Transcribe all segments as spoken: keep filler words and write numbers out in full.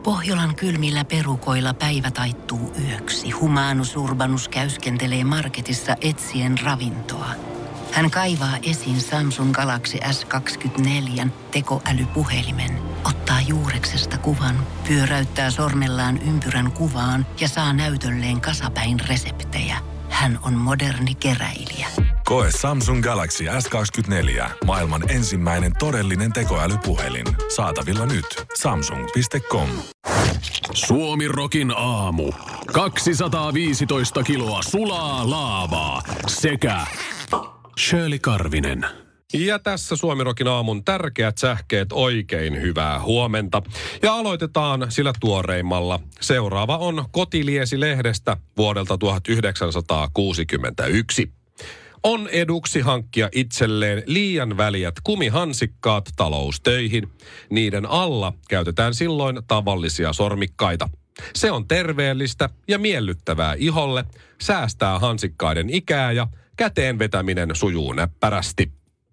Pohjolan kylmillä perukoilla päivä taittuu yöksi. Humanus Urbanus käyskentelee marketissa etsien ravintoa. Hän kaivaa esiin Samsung Galaxy S kaksikymmentäneljä tekoälypuhelimen, ottaa juureksesta kuvan, pyöräyttää sormellaan ympyrän kuvaan ja saa näytölleen kasapäin reseptejä. Hän on moderni keräilijä. Koe Samsung Galaxy S kaksikymmentäneljä. Maailman ensimmäinen todellinen tekoälypuhelin. Saatavilla nyt. Samsung piste com. Suomi Rokin aamu. kaksisataaviisitoista kiloa sulaa laavaa sekä Shirley Karvinen. Ja tässä Suomi Rokin aamun tärkeät sähkeet, oikein hyvää huomenta. Ja aloitetaan sillä tuoreimmalla. Seuraava on Kotiliesi-lehdestä vuodelta tuhatyhdeksänsataakuusikymmentäyksi. On eduksi hankkia itselleen liian väliät kumihansikkaat taloustöihin. Niiden alla käytetään silloin tavallisia sormikkaita. Se on terveellistä ja miellyttävää iholle, säästää hansikkaiden ikää ja käteen vetäminen sujuu näppärästi.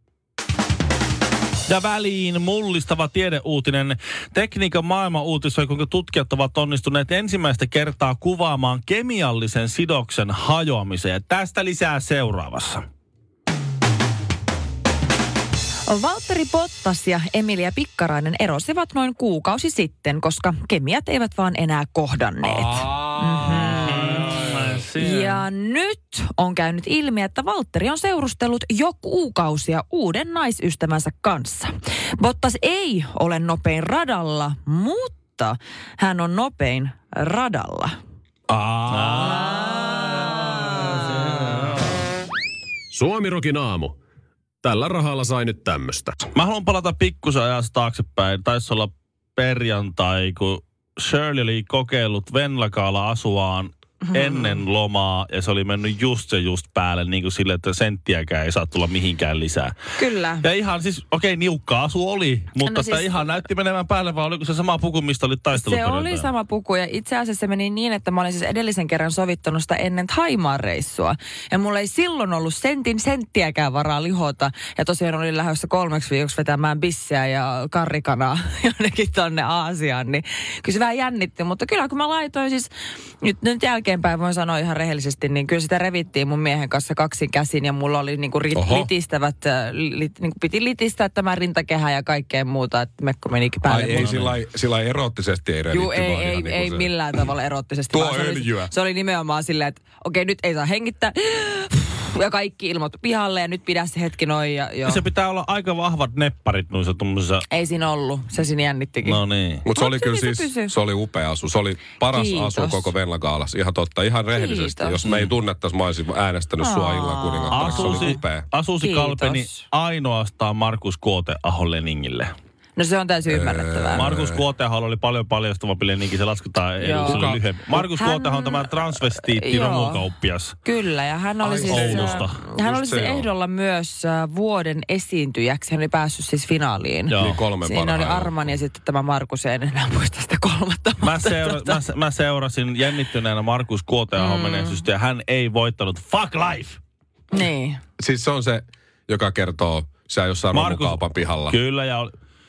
Ja väliin mullistava tiedeuutinen. Tekniikan maailma uutisoi, kuinka tutkijat ovat onnistuneet ensimmäistä kertaa kuvaamaan kemiallisen sidoksen hajoamisen. Ja tästä lisää seuraavassa. Valtteri Bottas ja Emilia Pikkarainen erosivat noin kuukausi sitten, koska kemiat eivät vaan enää kohdanneet. Mm-hmm. Ja nyt on käynyt ilmi, että Valtteri on seurustellut jo kuukausia uuden naisystävänsä kanssa. Bottas ei ole nopein radalla, mutta hän on nopein radalla. Suomi Rokin aamu. Tällä rahalla sai nyt tämmöstä. Mä haluan palata pikkusen ajassa taaksepäin. Taisi olla perjantai, kun Shirley oli kokeillut Venlakaalla asuaan ennen lomaa, ja se oli mennyt just se just päälle, niin kuin sille, että senttiäkään ei saa tulla mihinkään lisää. Kyllä. Ja ihan siis, okei, okay, niukka asu oli, mutta no siis, ihan näytti menemään päälle, vai oliko se sama puku, mistä oli taistelut? Se oli sama puku, ja itse asiassa se meni niin, että mä olin siis edellisen kerran sovittanut sitä ennen Thaimaan reissua. Ja mulla ei silloin ollut sentin senttiäkään varaa lihota, ja tosiaan olin lähdössä kolmeksi viikoksi vetämään bissejä ja karrikanaa jonnekin tonne Aasiaan, niin kyllä se vähän jännitti, mutta kyllä kun mä laitoin siis, nyt, nyt jälkeen päin voin sanoa ihan rehellisesti, niin kyllä sitä revittiin mun miehen kanssa kaksin käsin ja mulla oli niinku rit, litistävät, lit, niinku piti litistää tämä rintakehä ja kaikkea muuta, että mekko menikin päälle. Ai ei sillä lailla eroottisesti ei revitty. Juu, ei, ei, niin ei se millään tavalla eroottisesti. Tuo se öljyä. Oli, se oli nimenomaan silleen, että okei, okay, nyt ei saa hengittää. Ja kaikki ilmoit pihalle ja nyt pidä se hetki noin. Ja, ja se pitää olla aika vahvat nepparit noissa tuommoisissa. Ei siinä ollut. Se siinä jännittikin. No niin. Mutta se oli kyllä siis, se, se oli upea asu. Se oli paras Kiitos. asu koko Venlagaalassa. Ihan totta, ihan rehellisesti. Kiitos. Jos me ei tunnettaisi, mä olisin äänestänyt sua illan kuningattaraksi. Se oli upea. Asusi kalpeni ainoastaan Markus Kuote-Ahon Leningille. No se on täysin ymmärrettävää. Markus Kuoteaho oli paljon paljastavampi Leninki, se lasketaan lyhyemmin. Markus hän... Kuoteaho on tämä transvestiitti romukauppias. Kyllä, ja hän oli Ai, siis, Oulusta. Hän oli siis ehdolla myös vuoden esiintyjäksi. Hän oli päässyt siis finaaliin. Joo. Niin kolme Siinä oli Arman ja sitten tämä Markus, en enää muista sitä kolmatta. Mä, seura, mä, mä seurasin jännittyneenä Markus Kuoteahon mm. menestystä ja hän ei voittanut. Fuck life! Niin. Siis se on se, joka kertoo, sä jossain Markus, romukaupan pihalla. Kyllä, ja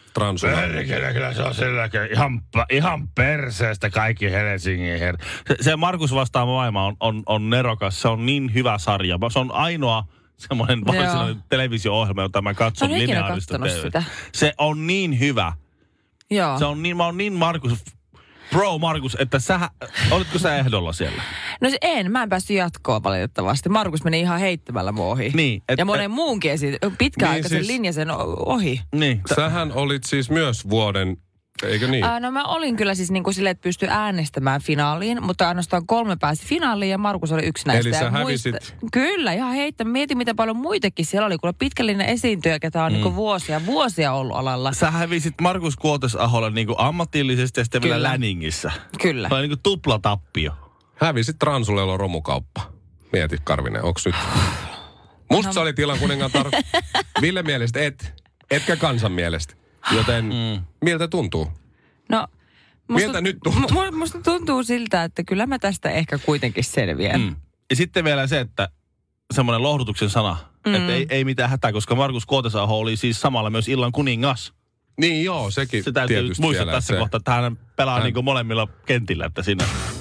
Perkele, kyllä se on silläkin ihan, ihan perseestä kaikki Helsingin her. Se, se Markus vastaa maailma on, on, on nerokas, se on niin hyvä sarja. Se on ainoa semmoinen varsinainen televisio-ohjelma, jota mä katson lineaarista T V:tä. Se on niin hyvä. Joo. Se on niin, mä oon niin Markus, bro Markus, että sä, olitko sä ehdolla siellä? No se en, mä en päässyt jatkoon valitettavasti. Markus meni ihan heittämällä mun ohi. Niin. Et, ja monen muunkin esiin, pitkäaikaisen niin siis, linjaisen ohi. Niin. Sähän olit siis myös vuoden, eikö niin? Ää, no mä olin kyllä siis niin kuin silleen, että pystyi äänestämään finaaliin, mutta ainoastaan kolme pääsi finaaliin ja Markus oli yksi näistä. Eli sä ja hävisit? Muista, kyllä, ihan heittä. Mietin, mitä paljon muitakin siellä oli, kun pitkällinen esiintyjä, ketä on mm. niin kuin vuosia, vuosia ollut alalla. Sä hävisit Markus Kuotesaholle niin kuin ammatillisesti ja sitten vielä Läningissä. Kyllä. Se oli niin kuin tuplatappio. Hävisit Transulella romukauppa. Mieti, Karvinen, onks nyt? Musta no. se oli tilan kuningatar. Ville mielestä et, etkä kansan mielestä. Joten mm. miltä tuntuu? No, musta, miltä nyt tuntuu? M- musta tuntuu siltä, että kyllä mä tästä ehkä kuitenkin selviän. Mm. Ja sitten vielä se, että semmoinen lohdutuksen sana, mm. että ei, ei mitään hätää, koska Markus Kuotesaho oli siis samalla myös illan kuningas. Niin joo, sekin Se täytyy tietysti muistaa vielä, tässä se, kohtaa, että hän pelaa hän- niin kuin molemmilla kentillä, että siinä...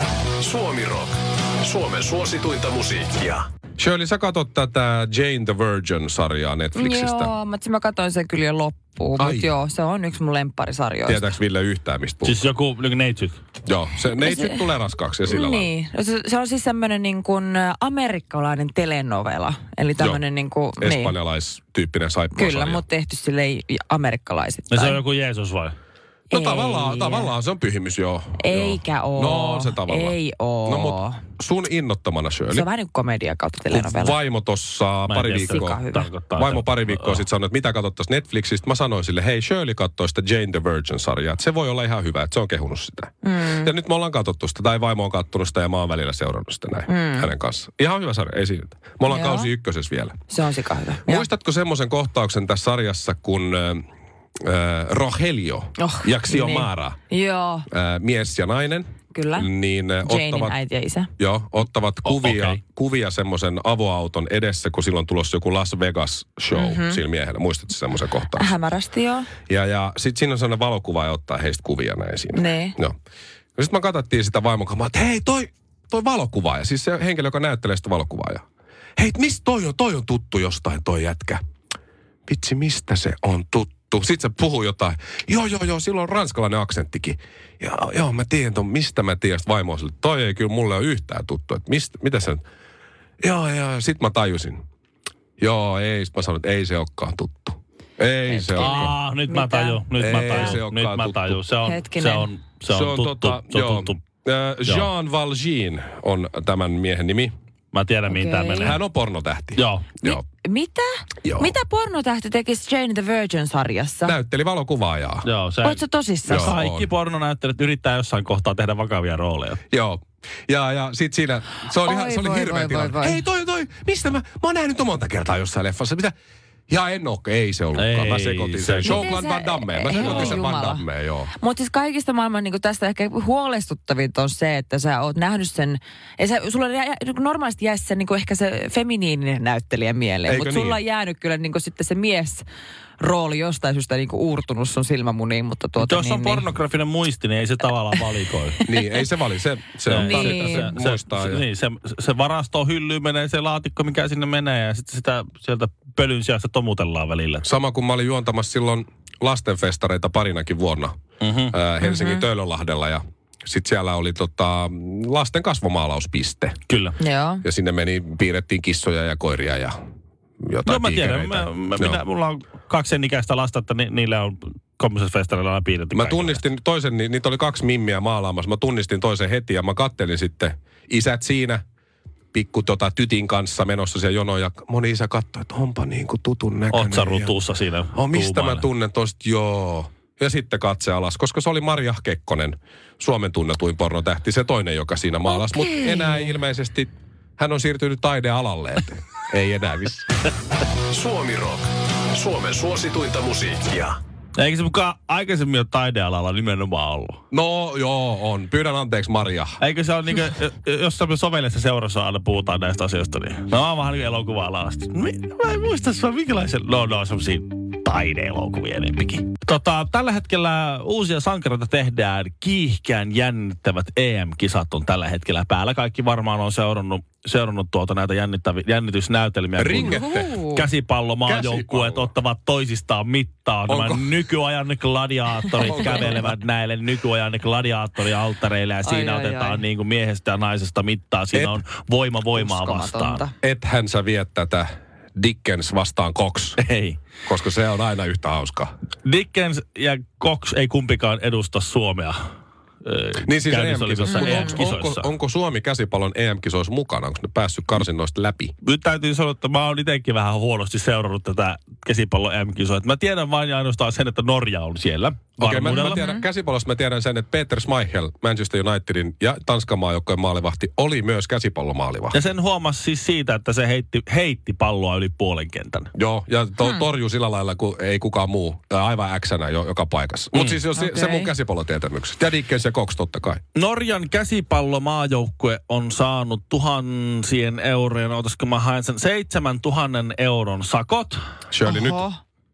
Suomi Rock. Suomen suosituinta musiikkia. Shirley, sä katot tätä Jane the Virgin-sarjaa Netflixistä. Joo, mutta mä katsoin sen kyllä jo loppuun. Ai. Mutta joo, se on yksi mun lempparisarjoista. Tietääks Ville yhtään, mistä puhuu? Siis joku niin neitsyt. Joo, se neitsyt tulee raskaaksi ja sillä lailla. Niin, se, se on siis semmoinen niin kuin ä, amerikkalainen telenovela. Eli tämmöinen niin kuin... Niin. Espanjalaistyyppinen saippua. Kyllä, mutta tehty silleen amerikkalaiset. No se on joku Jeesus vai? No Ei. tavallaan, tavallaan se on pyhimys, joo. Eikä oo. No on se tavallaan. Ei oo. No mut sun innottamana, Shirley. Se on vähän niin kuin komedia kautta kun telenovela. vaimo tossa Mä en pari tiedä, viikkoa, Sika hyvä. tarkoittaa, vaimo että- pari viikkoa sitten sanoi, että mitä katsottaisiin Netflixistä. Mä sanoin sille, hei Shirley katsoi sitä Jane the Virgin-sarjaa, että se voi olla ihan hyvä, että se on kehunut sitä. Mm. Ja nyt me ollaan katsottu sitä, tai vaimo on kattonut sitä ja mä oon välillä seurannut sitä näin mm. hänen kanssaan. Ihan hyvä sarja, ei siinä. Me ollaan Joo. kausi ykkösessä vielä. Se on sika hyvä. Muistatko semmoisen kohtauksen tässä sarjassa, kun äh, äh, Rogelio Oh, ja Xiomara, Niin. Joo, äh, mies ja nainen, kyllä. niin äh, Janein ottavat... äiti ja isä. Joo, ottavat kuvia, okei. kuvia semmoisen avoauton edessä, kun silloin tulossa joku Las Vegas show mm-hmm. sillä miehellä. Muistatko semmoisen kohtaan? Hämärästi joo. Ja, ja sitten siinä on sellainen valokuva ja ottaa heistä kuvia näin siinä. Nee. Joo. Ja sitten mä katsottiin sitä vaimon kanssa, että hei toi, toi valokuvaaja, siis se henkilö, joka näyttelee sitä valokuvaajaa. Hei, mistä toi on? Toi on tuttu jostain toi jätkä. Vitsi, mistä se on tuttu? Sitten se puhuu jotain. Joo, joo, joo, sillä on ranskalainen aksenttikin. Ja, joo, mä tiedän ton, mistä mä tiedän. Sitten vaimo on sille, toi ei kyllä mulle ole yhtään tuttu. Että mistä, mitä se on? Joo, joo, sit mä tajusin. Joo, ei, sit mä sanoin, että ei se olekaan tuttu. Ei se olekaan. Aa, nyt mä Mitä? tajun, nyt mä Ei tajun, se nyt olekaan mä tuttu. tajun. Se on, Hetkinen. se on, se on tuttu, se on tuttu. Äh, Jean Valjean on tämän miehen nimi. Mä tiedän, mihin tää Okei. menee. Hän on pornotähti. Joo. Joo. Mitä? Joo. Mitä pornotähti tekisi Jane the Virgin-sarjassa? Näytteli valokuvaajaa. Joo, se... Oletko tosissaan? Joo. Kaikki on. pornonäyttelijät yrittää jossain kohtaa tehdä vakavia rooleja. Joo. Ja, ja sit siinä, se oli, Oi, ihan, se oli voi, hirveä voi, tilanne. voi, voi. Hei toi, toi, mistä mä, mä oon nähnyt ton monta kertaa jossain leffassa. Mitä? Ja en oo, ei se ollutkaan. Mä Ei sekoitin se- sen. Miten Jean-Claude sä- Van Damme. Mä Ei, sekoitin sen Van jumala. Damme, joo. Mutta siis kaikista maailman niin tästä ehkä huolestuttavinta on se, että sä oot nähnyt sen, ei sä, sulla jää, normaalisti jäisi se, niin ehkä se feminiininen näyttelijä mieleen, Eikö mutta sulla niin? on jäänyt kyllä niin sitten se mies rooli jostain syystä niin uurtunut sun silmämuniin, mutta tuota Jos niin, on pornografinen muisti, niin ei se tavallaan valikoi. Niin, ei se vali. Se, se Se- ottaa Niin. sitä, se, muistaa. se, ja- niin, se, se varasto hyllyyn menee se laatikko, mikä sinne menee, ja sitten sitä sieltä pölyn sijasta tomutellaan välillä. Sama kuin mä olin juontamassa silloin lastenfestareita parinakin vuonna Mm-hmm. ää, Helsingin Töölönlahdella ja sitten siellä oli tota, lasten kasvomaalauspiste. Kyllä. Joo. Ja sinne meni, piirrettiin kissoja ja koiria ja jotain Joo, mä tiedän. tiikereitä. Mä, mä, Joo. minä, mulla on kaksi sen ikäistä lasta, että ni, niillä on komisessa festareilla aina piirretty. Mä kaikille. tunnistin toisen, ni- niitä oli kaksi mimmiä maalaamassa. Mä tunnistin toisen heti ja mä kattelin sitten isät siinä pikku tota, tytin kanssa menossa siellä jonoon. Ja moni isä katsoi, että onpa niin kuin tutun näköinen. Otsarutuussa siinä. Oh, mistä mä tuumainen. tunnen tosta? Joo. Ja sitten katse alas, koska se oli Marja Kekkonen, Suomen tunnetuin pornotähti, se toinen, joka siinä maalasi. Mutta enää ilmeisesti, hän on siirtynyt taidealalle, että ei enää missään. Suomi Rock. Suomen suosituinta musiikkia. Eikö se mukaan aikaisemmin ole taidealalla nimenomaan ollut? No joo, on. Pyydän anteeksi Marja. Eikö se ole niin kuin, jos sovellessa seurassa aina puhutaan näistä asioista, niin no on vähän niin kuin elokuva-alalla asti. Mä en muista, se on minkälaisen, no no semmosia taide-elokuvia enempikin. Tota, tällä hetkellä uusia sankareita tehdään, kiihkeän jännittävät E M-kisat on tällä hetkellä päällä. Kaikki varmaan on seurannut, seurannut tuota näitä jännittäviä, jännitysnäytelmiä. kun Ringette. Käsipallomaajoukkueet Käsipallo. ottavat toisistaan mittaa. Nämä Onko? nykyajan gladiaattorit Onko? kävelevät näille nykyajan gladiaattorialttareille ja siinä Ai, ai, otetaan ai. niin kuin miehestä ja naisesta mittaa. Siinä Et- on voima voimaa Uskomatonta. vastaan. Ethän sä vie tätä Dickens vastaan Cox, Ei. koska se on aina yhtä hauskaa. Dickens ja Cox ei kumpikaan edusta Suomea. öö, Niin siis käynnissä E M-kisoissa. olevissa Onko, onko, E M-kisoissa. onko Suomi käsipallon E M-kisoissa mukana? Onko ne päässyt karsinnoista läpi? Nyt täytyy sanoa, että mä oon itsekin vähän huonosti seurannut tätä käsipallon E M-kisoa. Mä tiedän vain ja ainoastaan sen, että Norja on siellä. Okei, mä, varmuudella. mä tiedän, käsipallosta mä tiedän sen, että Peter Schmeichel, Manchester Unitedin ja Tanskan maajoukkojen maalivahti, oli myös käsipallomaalivahti. Ja sen huomasi siis siitä, että se heitti, heitti palloa yli puolen kentän. Joo, ja to, torjuu sillä lailla, kun ei kukaan muu. Ja aivan äksänä jo, joka paikassa. Mutta siis jos se, se Okei. mun käsipallotietämyksestä. Ja Dickens ja Cox totta kai. Norjan käsipallomaajoukkue on saanut tuhansien eurojen, otaisiko mä haen sen seitsemän tuhannen euron sakot. Shirley, nyt, Oho.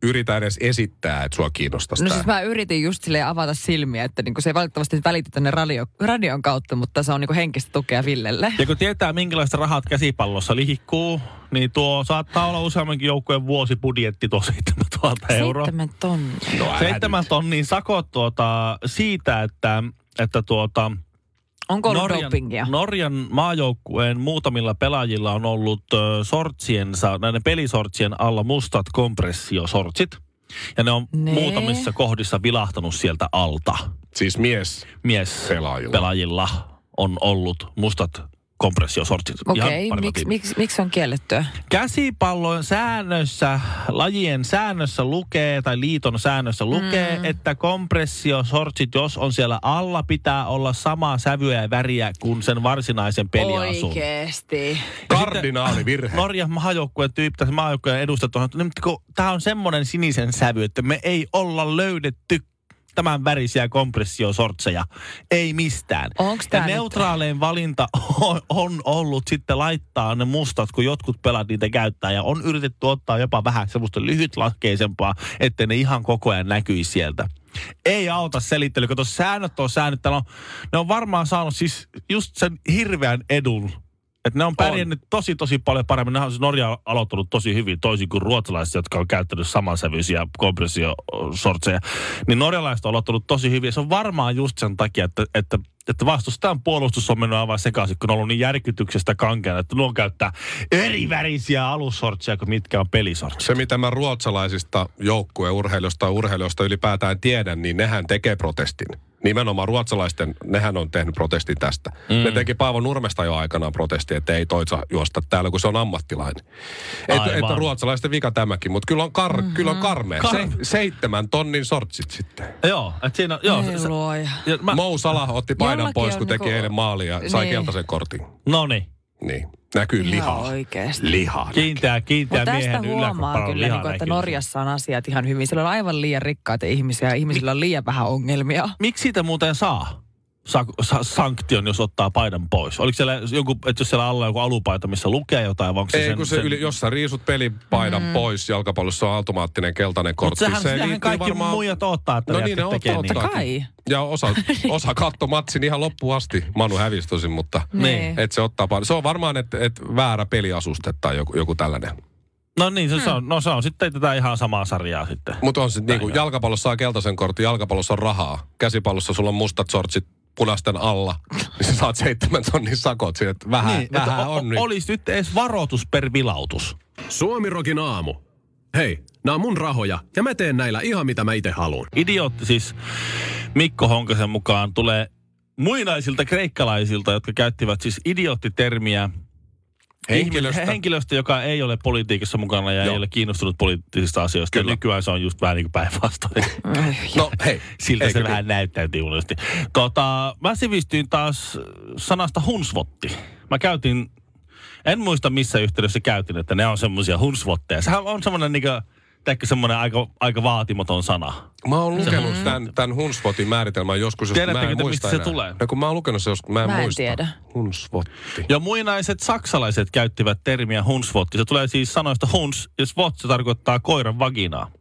yritä edes esittää, että sua kiinnostaisi No tää. siis mä yritin just silleen avata silmiä, että niinku se ei valitettavasti välity tänne radio, radion kautta, mutta se on niinku henkistä tukea Villelle. Ja kun tietää, minkälaista rahat käsipallossa liikkuu, niin tuo saattaa olla useammankin joukkueen vuosibudjetti tuo seitsemäntuhatta euroa. Seitsemän tonnia. No, Seitsemän tonnin sakot tuota, siitä, että, että tuota, Onko ollut Norjan, dopingia? Norjan maajoukkueen muutamilla pelaajilla on ollut ö, sortsiensa, näiden pelisortsien alla mustat kompressiosortsit. Ja ne on Nee. muutamissa kohdissa vilahtanut sieltä alta. Siis mies. Mies Pelaajilla. pelaajilla on ollut mustat kompressiosortsit. Ihan Okei, parilla miksi tiimillä. miksi miksi on kiellettyä? Käsipallon säännössä, lajien säännössä lukee, tai liiton säännössä lukee, mm. että kompressiosortsit, jos on siellä alla, pitää olla samaa sävyä ja väriä kuin sen varsinaisen peliasun. Oikeesti. Kardinaalivirhe. Norjan maajoukkueen tyyppi, tai maajoukkueen edustajat on, että tämä on semmoinen sinisen sävy, että me ei olla löydetty tämän värisiä kompressiosortseja. Ei mistään. Onks Ja tää nyt- neutraalein valinta on, on ollut sitten laittaa ne mustat, kun jotkut pelat niitä käyttää. Ja on yritetty ottaa jopa vähän semmoista lyhytlakkeisempaa, ettei ne ihan koko ajan näkyisi sieltä. Ei auta selittely, kun tuossa säännöt on säännöt. On, ne on varmaan saanut siis just sen hirveän edun. Että ne on pärjännyt tosi, tosi paljon paremmin. Nehän on siis Norja aloittanut tosi hyvin, toisin kuin ruotsalaiset, jotka on käyttänyt samansävyisiä kompressiosortseja. Niin norjalaiset on aloittanut tosi hyvin. Se on varmaan just sen takia, että, että, että vastustajan puolustus on mennyt aivan sekaisin, kun on ollut niin järkytyksestä kankeana, että nuo käyttää eri värisiä alussortseja kuin mitkä on pelisortseja. Se, mitä mä ruotsalaisista joukkueurheilijoista tai urheilijoista ylipäätään tiedän, niin nehän tekee protestin. Nimenomaan ruotsalaisten, nehän on tehnyt protestin tästä. Mm. Ne teki Paavo Nurmesta jo aikanaan protesti, että ei toisa juosta täällä, kun se on ammattilainen. Että et ruotsalaisten vika tämäkin, mutta kyllä on, kar, mm-hmm. kyllä on karmea. Kar- Se, seitsemän tonnin sortsit sitten. Joo, että siinä on, joo. Ei se- luoja. ja mä- Mo Salah otti paidan Jollakin pois, on kun teki niinku- eilen maali ja sai Niin. keltaisen kortin. No niin. Niin, näkyy Ihan lihaa. oikeesti. Lihaa. Kiinteä, kiinteä Mutta miehen tästä huomaa yläkroppaan kyllä, lihaa niin kuin, että näkyy. Norjassa on asiat ihan hyvin. Siellä on aivan liian rikkaita ihmisiä ja ihmisillä on liian vähän ongelmia. Miksi siitä muuten saa? Sa- sa- sanktion, jos ottaa paidan pois? Oliko siellä joku, että jos siellä alla on joku alupaita, missä lukee jotain, vai onko se Ei, sen, kun se sen... yli, jos sä riisut pelipaidan mm. pois, jalkapallossa on automaattinen keltainen kortti. Mutta sehän, se sehän liittyy kaikki varmaan... muijat ottaa, että No ne niin, ne jätkät tekee ottaa, niin. ottaa. Kai. Ja osa, osa katto matsin ihan loppuun asti. Manu hävisi tosin, mutta Niin. et se ottaa paljon. Se on varmaan, että et väärä peliasuste tai joku, joku tällainen. No niin, se, hmm. se, on, no se on sitten tätä ihan samaa sarjaa sitten. Mutta on se niinku, jalkapallossa saa keltaisen kortin, jalkapallossa on rahaa. Käsipallossa sulla on mustat sortsit punaisten alla. Niin sä saat seitsemän tonnin sakot siinä, että vähän, Niin, vähän että on o- nyt. olisi nyt edes varoitus per vilautus. Suomirokin aamu. Hei, nämä on mun rahoja ja mä teen näillä ihan mitä mä itse haluan. Idiootti siis Mikko Honkasen mukaan tulee muinaisilta kreikkalaisilta, jotka käyttivät siis idioottitermiä Henkilöstä. Ihmis- henkilöstä, joka ei ole politiikassa mukana ja Joo. ei ole kiinnostunut poliittisista asioista. Kyllä. Ja nykyään se on just vähän niin kuin päinvastoin. No hei. Siltä eikö se niin? vähän näyttäytyy uudesti. Tota, mä sivistyin taas sanasta hunsvotti. Mä käytin, en muista missä yhteydessä käytin, että ne on semmoisia hunsvotteja. Sehän on semmoinen niinku, teikö semmoinen aika, aika vaatimaton sana. Mä oon lukenut tämän, tämän Hunsvotin määritelmän joskus, jos mä Tiedättekö en te, muista mistä se enää. tulee? Ja kun mä oon lukenut se joskus, mä en Mä en muista. tiedä. Hunsvotti. Ja muinaiset saksalaiset käyttivät termiä hunsvotti. Se tulee siis sanoista huns, ja svot se tarkoittaa koiran vaginaa.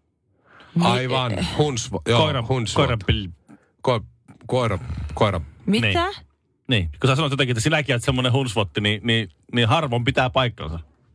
Aivan. Hunsvo, joo, Koiran, hunsvot. koiran pil- Ko, koira, koira. Mitä? Niin. Niin, kun sä sanoit jotenkin, että sinäkin olet semmoinen hunsvotti, niin, niin, niin harvoin pitää paikkansa.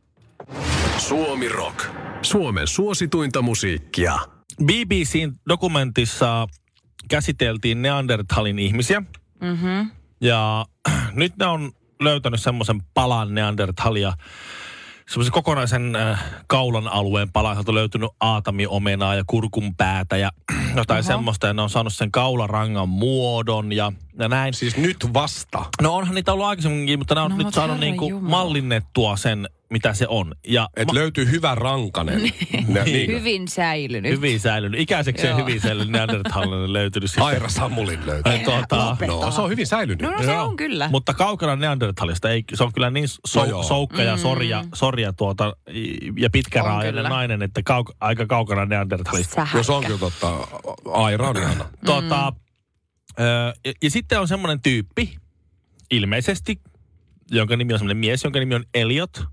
Suomi Rock. Suomen suosituinta musiikkia. B B C:n dokumentissa käsiteltiin Neandertalin ihmisiä. Mm-hmm. Ja nyt ne on löytänyt semmoisen palan Neandertalia, semmoisen kokonaisen äh, kaulan alueen palan. Sieltä on löytynyt aatamiomenaa ja kurkunpäätä ja jotain Oho. semmoista. Ja ne on saanut sen kaularangan muodon ja, ja näin. Siis nyt vasta. No onhan niitä ollut aikaisemminkin, mutta ne on No, nyt mut saanut herran niinku jumala. mallinnettua sen, mitä se on. Ja Että löytyy hyvä rankanen. Ne, niin. Hyvin säilynyt. hyvin säilynyt. Ikäisekseen Joo. hyvin säilynyt Neandertalinen löytynyt sitten. Aira Samulin löytyy. Tuota, No, se on hyvin säilynyt. No, no se on kyllä. Mutta kaukana Neandertalista, ei, se on kyllä niin so, No joo. soukka ja sorja, sorja tuota, ja pitkäraajainen kyllä. nainen, että kauk, aika kaukana Neandertalista. Sähäkkä. No se on kyllä totta. Aira on ihana. Tuota, ö, ja, ja sitten on semmoinen tyyppi, ilmeisesti, jonka nimi on semmoinen mies, jonka nimi on Elliot.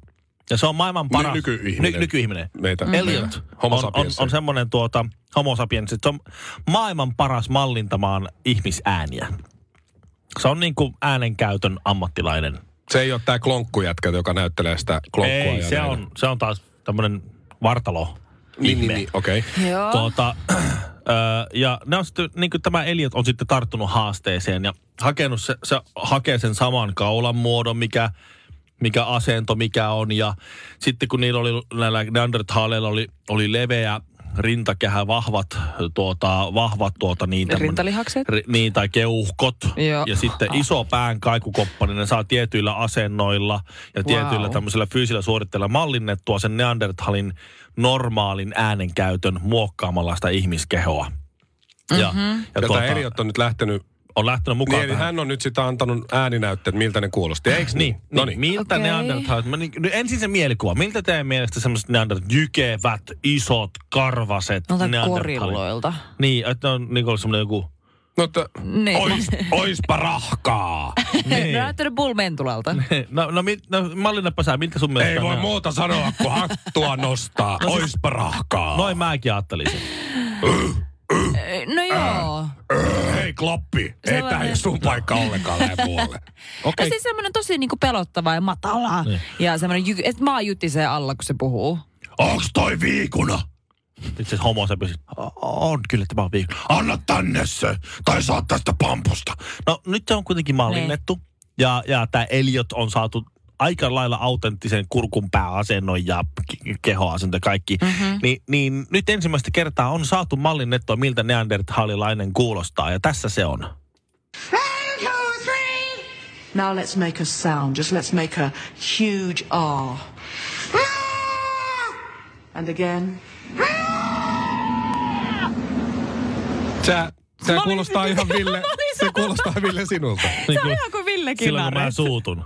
Ja se on maailman paras. Ny- nykyihminen. Ny- nykyihminen. Meitä. Elliot Homo on, on, sapiens. on semmoinen tuota, homo sapiens, että se on maailman paras mallintamaan ihmisääniä. Se on niin kuin äänenkäytön ammattilainen. Se ei ole tää klonkkujätkä, joka näyttelee sitä klonkkua. Ei, ja se näin. on, se on taas tämmöinen vartalo. Niin, niin, niin okei. Okay. Joo. Tuota, ö, ja ne on sitten, niin kuin tämä Elliot on sitten tarttunut haasteeseen ja hakenut se, se hakee sen saman kaulan muodon, mikä, mikä asento, mikä on. Ja sitten kun niillä oli, näillä Neanderthaleilla oli, oli leveä rintakehä, vahvat, tuota, vahvat tuota, niin tämmönen, Rintalihakset? ri, niin, tai keuhkot. Joo. Ja sitten iso pään kaikukoppa, niin ne saa tietyillä asennoilla ja tietyillä Wow. tämmöisillä fyysillä suoritteilla mallinnettua sen Neanderthalin normaalin äänenkäytön muokkaamalla sitä ihmiskehoa. Mm-hmm. Ja, ja Ja tuota, tämä Eliot on nyt lähtenyt, on lähtenyt mukaan niin, eli tähän. hän on nyt sitä antanut ääninäytteet, miltä ne kuulosti, eikö Niin, No niin. Miltä Okei. Neanderthalit, mä niin, nyt ensin se mielikuva, miltä teidän mielestä semmoiset Neanderthalit, jykevät, isot, karvaset Noilta Neanderthalit? korilloilta. Niin, että on niin kuin semmoinen joku... No, että Niin. ois, oispa rahkaa. Ne on näyttänyt bullmentulalta. No, no, mi- no mallinnappa sä, miltä sun mielestä Ei voi ne on? muuta sanoa, kun hattua nostaa. No siis- Oispa rahkaa. Noin mäkin ajattelisin. No joo. Hei Kloppi, ei Sellainen- tää ei sun paikka ollenkaan lähde puolelle. Okay. Ja siis semmoinen tosi niinku pelottava ja matala. Niin. Ja semmoinen, jy- että maa juttisee alla, kun se puhuu. Onks toi viikuna? Itse asiassa homo sapiens. On kyllä tämä on viikko. Anna tänne se, tai saat tästä pampusta. No nyt se on kuitenkin mallinnettu. Ja, ja tämä Elliot on saatu aika lailla autenttisen kurkunpääasennon ja ke- kehoasento ja kaikki. Mm-hmm. Ni, niin nyt ensimmäistä kertaa on saatu mallinnettua, miltä neanderthalilainen kuulostaa. Ja tässä se on. One, two, three. Now let's make a sound. Just let's make a huge R. And again. Sä, sä kuulostaa ihan Ville, se kuulostaa Ville sinulta. Niin Se on ihan kuin Ville silloin kun mä Kinares. suutun.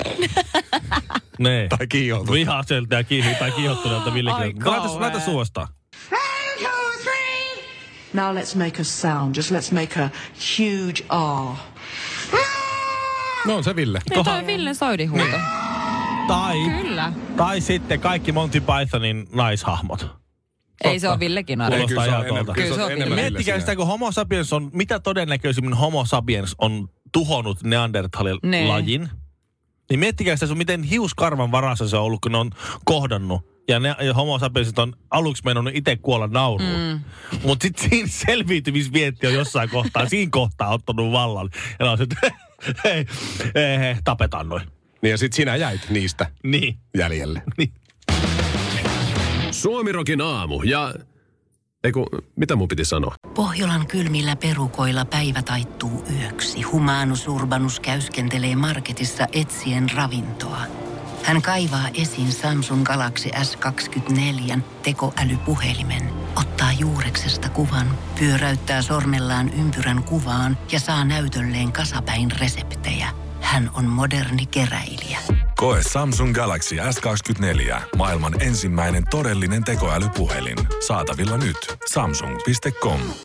Nee. Tai kiihotut. Vihaiselta ja kiihi, tai kiihottuneelta Ville Ai Kinares. Laita, kauhea. laita suostaan. One, two, three. Now let's make a sound. Just let's make a huge R. No on se Ville. Niin toi on Villen soidihuuto. Tai, Kyllä. tai sitten kaikki Monty Pythonin naishahmot. Ei se ole Ville Kinares. Ei, kyllä se on ihan enemmän, tuolta. kyllä se Kyllä on se on enemmän Ville Miettikää sinä. sitä, kun homo sapiens on, mitä todennäköisimmin homo sapiens on tuhonnut neanderthalin Nee. lajin. Niin miettikää sitä, miten hiuskarvan varassa se on ollut, kun ne on kohdannut. Ja, ne, ja homo sapiensit on aluksi mennyt itse kuolla nauruun. Mm. Mutta sitten siinä selviytymisvietti on jossain kohtaa, siinä kohtaa ottanut vallan. Ja ne on sitten, hei, hei, hei, tapetaan noin. Niin ja sit sinä jäit niistä Niin. jäljelle. niin. Suomirokin aamu ja... Eiku, mitä mun piti sanoa? Pohjolan kylmillä perukoilla päivä taittuu yöksi. Humanus Urbanus käyskentelee marketissa etsien ravintoa. Hän kaivaa esiin Samsung Galaxy S kaksikymmentäneljä tekoälypuhelimen, ottaa juureksesta kuvan, pyöräyttää sormellaan ympyrän kuvaan ja saa näytölleen kasapäin reseptejä. Hän on moderni keräilijä. Koe Samsung Galaxy S kaksikymmentäneljä. Maailman ensimmäinen todellinen tekoälypuhelin. Saatavilla nyt. Samsung piste com.